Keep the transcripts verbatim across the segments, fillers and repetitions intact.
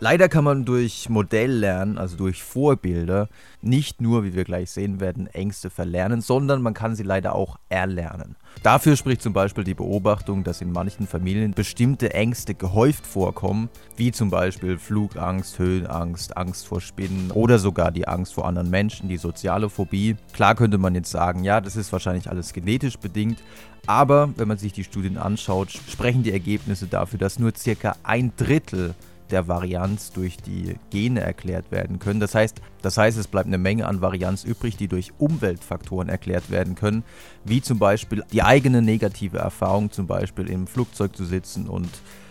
Leider kann man durch Modelllernen, also durch Vorbilder, nicht nur, wie wir gleich sehen werden, Ängste verlernen, sondern man kann sie leider auch erlernen. Dafür spricht zum Beispiel die Beobachtung, dass in manchen Familien bestimmte Ängste gehäuft vorkommen, wie zum Beispiel Flugangst, Höhenangst, Angst vor Spinnen oder sogar die Angst vor anderen Menschen, die soziale Phobie. Klar könnte man jetzt sagen, ja, das ist wahrscheinlich alles genetisch bedingt, aber wenn man sich die Studien anschaut, sprechen die Ergebnisse dafür, dass nur circa ein Drittel der Varianz durch die Gene erklärt werden können. Das heißt, das heißt, es bleibt eine Menge an Varianz übrig, die durch Umweltfaktoren erklärt werden können, wie zum Beispiel die eigene negative Erfahrung, zum Beispiel im Flugzeug zu sitzen und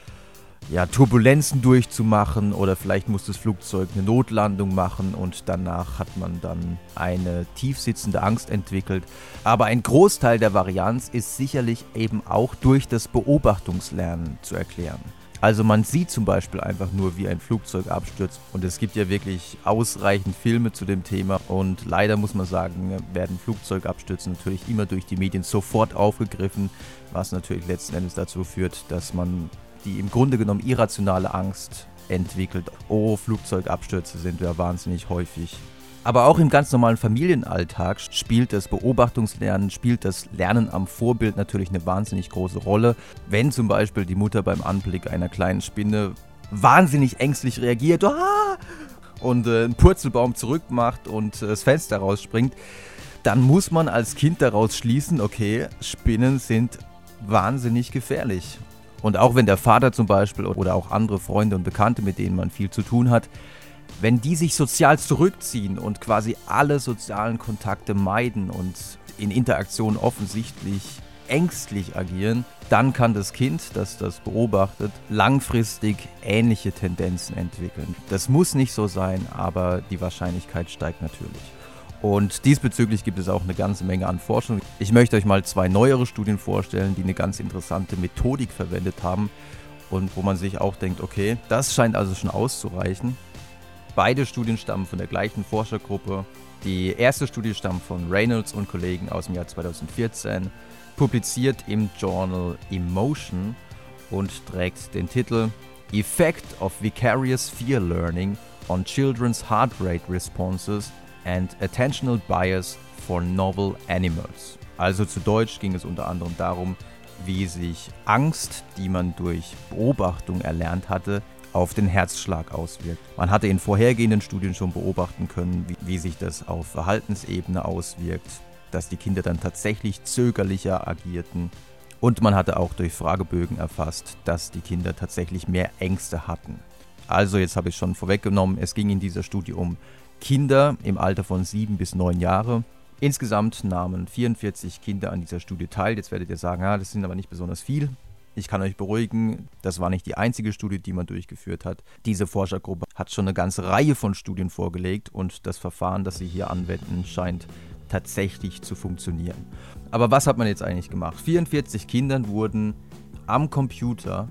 ja, Turbulenzen durchzumachen, oder vielleicht muss das Flugzeug eine Notlandung machen und danach hat man dann eine tiefsitzende Angst entwickelt. Aber ein Großteil der Varianz ist sicherlich eben auch durch das Beobachtungslernen zu erklären. Also man sieht zum Beispiel einfach nur, wie ein Flugzeug abstürzt, und es gibt ja wirklich ausreichend Filme zu dem Thema, und leider muss man sagen, werden Flugzeugabstürze natürlich immer durch die Medien sofort aufgegriffen, was natürlich letzten Endes dazu führt, dass man die im Grunde genommen irrationale Angst entwickelt. Oh, Flugzeugabstürze sind ja wahnsinnig häufig. Aber auch im ganz normalen Familienalltag spielt das Beobachtungslernen, spielt das Lernen am Vorbild natürlich eine wahnsinnig große Rolle. Wenn zum Beispiel die Mutter beim Anblick einer kleinen Spinne wahnsinnig ängstlich reagiert, ah! und äh, einen Purzelbaum zurückmacht und äh, das Fenster rausspringt, dann muss man als Kind daraus schließen, okay, Spinnen sind wahnsinnig gefährlich. Und auch wenn der Vater zum Beispiel oder auch andere Freunde und Bekannte, mit denen man viel zu tun hat, wenn die sich sozial zurückziehen und quasi alle sozialen Kontakte meiden und in Interaktion offensichtlich ängstlich agieren, dann kann das Kind, das das beobachtet, langfristig ähnliche Tendenzen entwickeln. Das muss nicht so sein, aber die Wahrscheinlichkeit steigt natürlich. Und diesbezüglich gibt es auch eine ganze Menge an Forschung. Ich möchte euch mal zwei neuere Studien vorstellen, die eine ganz interessante Methodik verwendet haben und wo man sich auch denkt, okay, das scheint also schon auszureichen. Beide Studien stammen von der gleichen Forschergruppe. Die erste Studie stammt von Reynolds und Kollegen aus dem Jahr zweitausendvierzehn, publiziert im Journal Emotion und trägt den Titel Effect of Vicarious Fear Learning on Children's Heart Rate Responses and Attentional Bias for Novel Animals. Also zu Deutsch ging es unter anderem darum, wie sich Angst, die man durch Beobachtung erlernt hatte, auf den Herzschlag auswirkt. Man hatte in vorhergehenden Studien schon beobachten können, wie, wie sich das auf Verhaltensebene auswirkt, dass die Kinder dann tatsächlich zögerlicher agierten, und man hatte auch durch Fragebögen erfasst, dass die Kinder tatsächlich mehr Ängste hatten. Also jetzt habe ich schon vorweggenommen, es ging in dieser Studie um Kinder im Alter von sieben bis neun Jahre. Insgesamt nahmen vierundvierzig Kinder an dieser Studie teil. Jetzt werdet ihr sagen, ja, das sind aber nicht besonders viel. Ich kann euch beruhigen, das war nicht die einzige Studie, die man durchgeführt hat. Diese Forschergruppe hat schon eine ganze Reihe von Studien vorgelegt, und das Verfahren, das sie hier anwenden, scheint tatsächlich zu funktionieren. Aber was hat man jetzt eigentlich gemacht? vierundvierzig Kindern wurden am Computer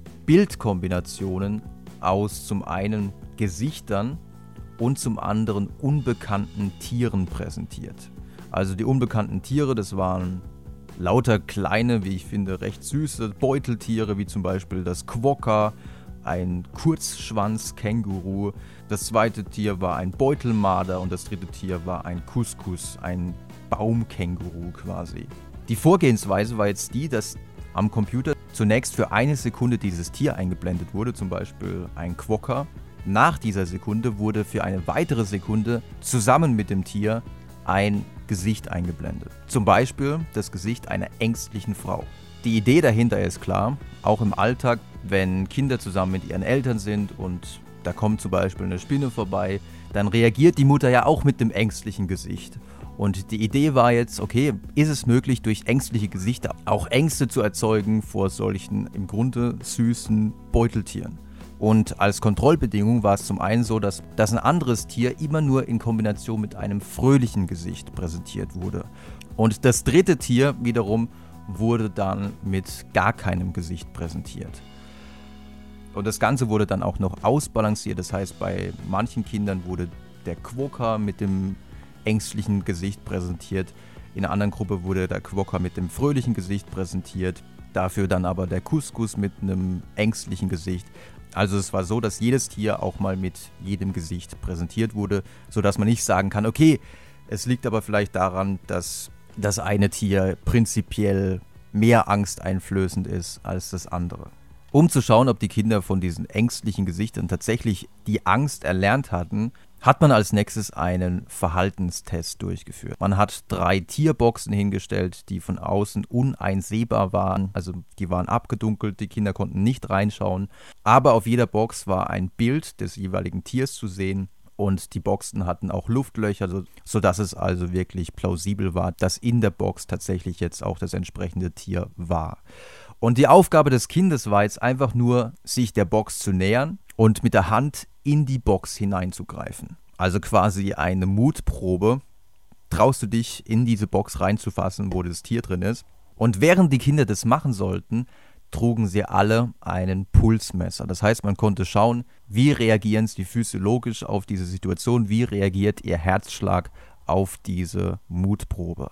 Bildkombinationen aus zum einen Gesichtern und zum anderen unbekannten Tieren präsentiert. Also die unbekannten Tiere, das waren lauter kleine, wie ich finde, recht süße Beuteltiere, wie zum Beispiel das Quokka, ein Kurzschwanz-Känguru. Das zweite Tier war ein Beutelmarder und das dritte Tier war ein Kuskus, ein Baumkänguru quasi. Die Vorgehensweise war jetzt die, dass am Computer zunächst für eine Sekunde dieses Tier eingeblendet wurde, zum Beispiel ein Quokka. Nach dieser Sekunde wurde für eine weitere Sekunde zusammen mit dem Tier ein Gesicht eingeblendet. Zum Beispiel das Gesicht einer ängstlichen Frau. Die Idee dahinter ist klar, auch im Alltag, wenn Kinder zusammen mit ihren Eltern sind und da kommt zum Beispiel eine Spinne vorbei, dann reagiert die Mutter ja auch mit dem ängstlichen Gesicht. Und die Idee war jetzt, okay, ist es möglich, durch ängstliche Gesichter auch Ängste zu erzeugen vor solchen im Grunde süßen Beuteltieren? Und als Kontrollbedingung war es zum einen so, dass, dass ein anderes Tier immer nur in Kombination mit einem fröhlichen Gesicht präsentiert wurde. Und das dritte Tier wiederum wurde dann mit gar keinem Gesicht präsentiert. Und das Ganze wurde dann auch noch ausbalanciert. Das heißt, bei manchen Kindern wurde der Quokka mit dem ängstlichen Gesicht präsentiert. In einer anderen Gruppe wurde der Quokka mit dem fröhlichen Gesicht präsentiert. Dafür dann aber der Kuskus mit einem ängstlichen Gesicht. Also es war so, dass jedes Tier auch mal mit jedem Gesicht präsentiert wurde, sodass man nicht sagen kann, okay, es liegt aber vielleicht daran, dass das eine Tier prinzipiell mehr angsteinflößend ist als das andere. Um zu schauen, ob die Kinder von diesen ängstlichen Gesichtern tatsächlich die Angst erlernt hatten, hat man als nächstes einen Verhaltenstest durchgeführt. Man hat drei Tierboxen hingestellt, die von außen uneinsehbar waren. Also die waren abgedunkelt, die Kinder konnten nicht reinschauen. Aber auf jeder Box war ein Bild des jeweiligen Tiers zu sehen. Und die Boxen hatten auch Luftlöcher, so, sodass es also wirklich plausibel war, dass in der Box tatsächlich jetzt auch das entsprechende Tier war. Und die Aufgabe des Kindes war jetzt einfach nur, sich der Box zu nähern und mit der Hand in die Box hineinzugreifen. Also quasi eine Mutprobe. Traust du dich, in diese Box reinzufassen, wo das Tier drin ist? Und während die Kinder das machen sollten, trugen sie alle einen Pulsmesser. Das heißt, man konnte schauen, wie reagieren sie physiologisch auf diese Situation, wie reagiert ihr Herzschlag auf diese Mutprobe.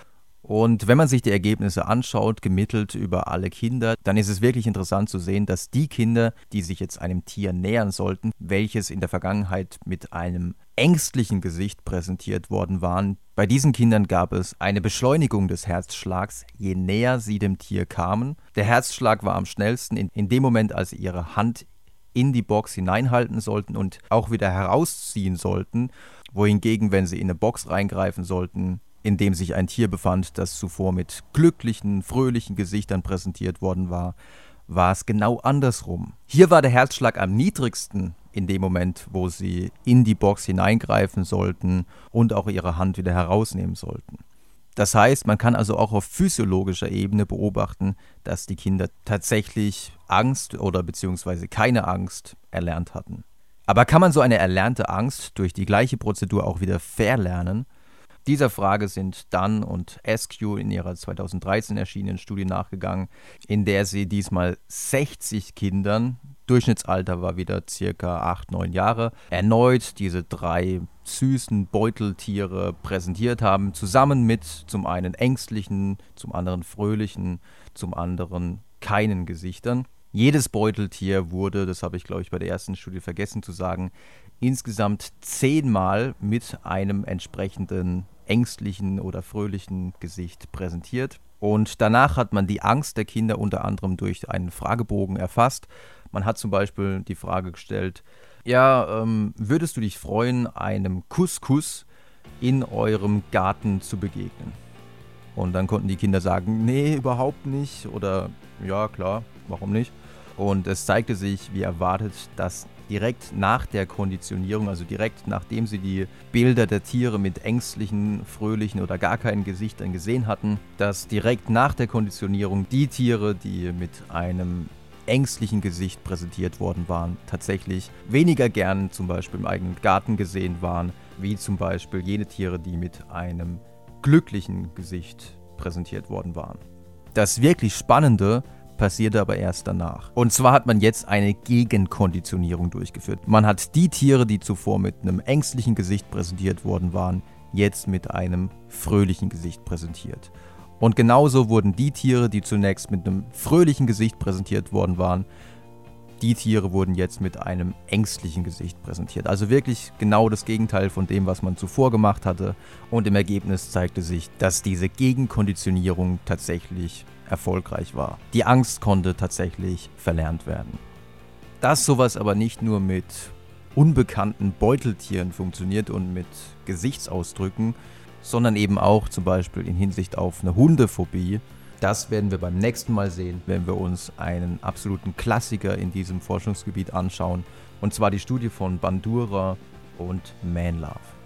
Und wenn man sich die Ergebnisse anschaut, gemittelt über alle Kinder, dann ist es wirklich interessant zu sehen, dass die Kinder, die sich jetzt einem Tier nähern sollten, welches in der Vergangenheit mit einem ängstlichen Gesicht präsentiert worden waren, bei diesen Kindern gab es eine Beschleunigung des Herzschlags, je näher sie dem Tier kamen. Der Herzschlag war am schnellsten in, in dem Moment, als sie ihre Hand in die Box hineinhalten sollten und auch wieder herausziehen sollten, wohingegen, wenn sie in eine Box reingreifen sollten, in dem sich ein Tier befand, das zuvor mit glücklichen, fröhlichen Gesichtern präsentiert worden war, war es genau andersrum. Hier war der Herzschlag am niedrigsten in dem Moment, wo sie in die Box hineingreifen sollten und auch ihre Hand wieder herausnehmen sollten. Das heißt, man kann also auch auf physiologischer Ebene beobachten, dass die Kinder tatsächlich Angst oder beziehungsweise keine Angst erlernt hatten. Aber kann man so eine erlernte Angst durch die gleiche Prozedur auch wieder verlernen? Dieser Frage sind Dunn und Askew in ihrer zweitausenddreizehn erschienenen Studie nachgegangen, in der sie diesmal sechzig Kindern, Durchschnittsalter war wieder circa acht, neun Jahre, erneut diese drei süßen Beuteltiere präsentiert haben, zusammen mit zum einen ängstlichen, zum anderen fröhlichen, zum anderen keinen Gesichtern. Jedes Beuteltier wurde, das habe ich glaube ich bei der ersten Studie vergessen zu sagen, insgesamt zehnmal mit einem entsprechenden ängstlichen oder fröhlichen Gesicht präsentiert. Und danach hat man die Angst der Kinder unter anderem durch einen Fragebogen erfasst. Man hat zum Beispiel die Frage gestellt, ja, ähm, würdest du dich freuen, einem Couscous in eurem Garten zu begegnen? Und dann konnten die Kinder sagen, nee, überhaupt nicht oder ja, klar, warum nicht? Und es zeigte sich, wie erwartet, dass direkt nach der Konditionierung, also direkt nachdem sie die Bilder der Tiere mit ängstlichen, fröhlichen oder gar keinen Gesichtern gesehen hatten, dass direkt nach der Konditionierung die Tiere, die mit einem ängstlichen Gesicht präsentiert worden waren, tatsächlich weniger gern zum Beispiel im eigenen Garten gesehen waren, wie zum Beispiel jene Tiere, die mit einem glücklichen Gesicht präsentiert worden waren. Das wirklich Spannende passierte aber erst danach. Und zwar hat man jetzt eine Gegenkonditionierung durchgeführt. Man hat die Tiere, die zuvor mit einem ängstlichen Gesicht präsentiert worden waren, jetzt mit einem fröhlichen Gesicht präsentiert. Und genauso wurden die Tiere, die zunächst mit einem fröhlichen Gesicht präsentiert worden waren, die Tiere wurden jetzt mit einem ängstlichen Gesicht präsentiert. Also wirklich genau das Gegenteil von dem, was man zuvor gemacht hatte. Und im Ergebnis zeigte sich, dass diese Gegenkonditionierung tatsächlich erfolgreich war. Die Angst konnte tatsächlich verlernt werden. Dass sowas aber nicht nur mit unbekannten Beuteltieren funktioniert und mit Gesichtsausdrücken, sondern eben auch zum Beispiel in Hinsicht auf eine Hundephobie, das werden wir beim nächsten Mal sehen, wenn wir uns einen absoluten Klassiker in diesem Forschungsgebiet anschauen, und zwar die Studie von Bandura und Manlove.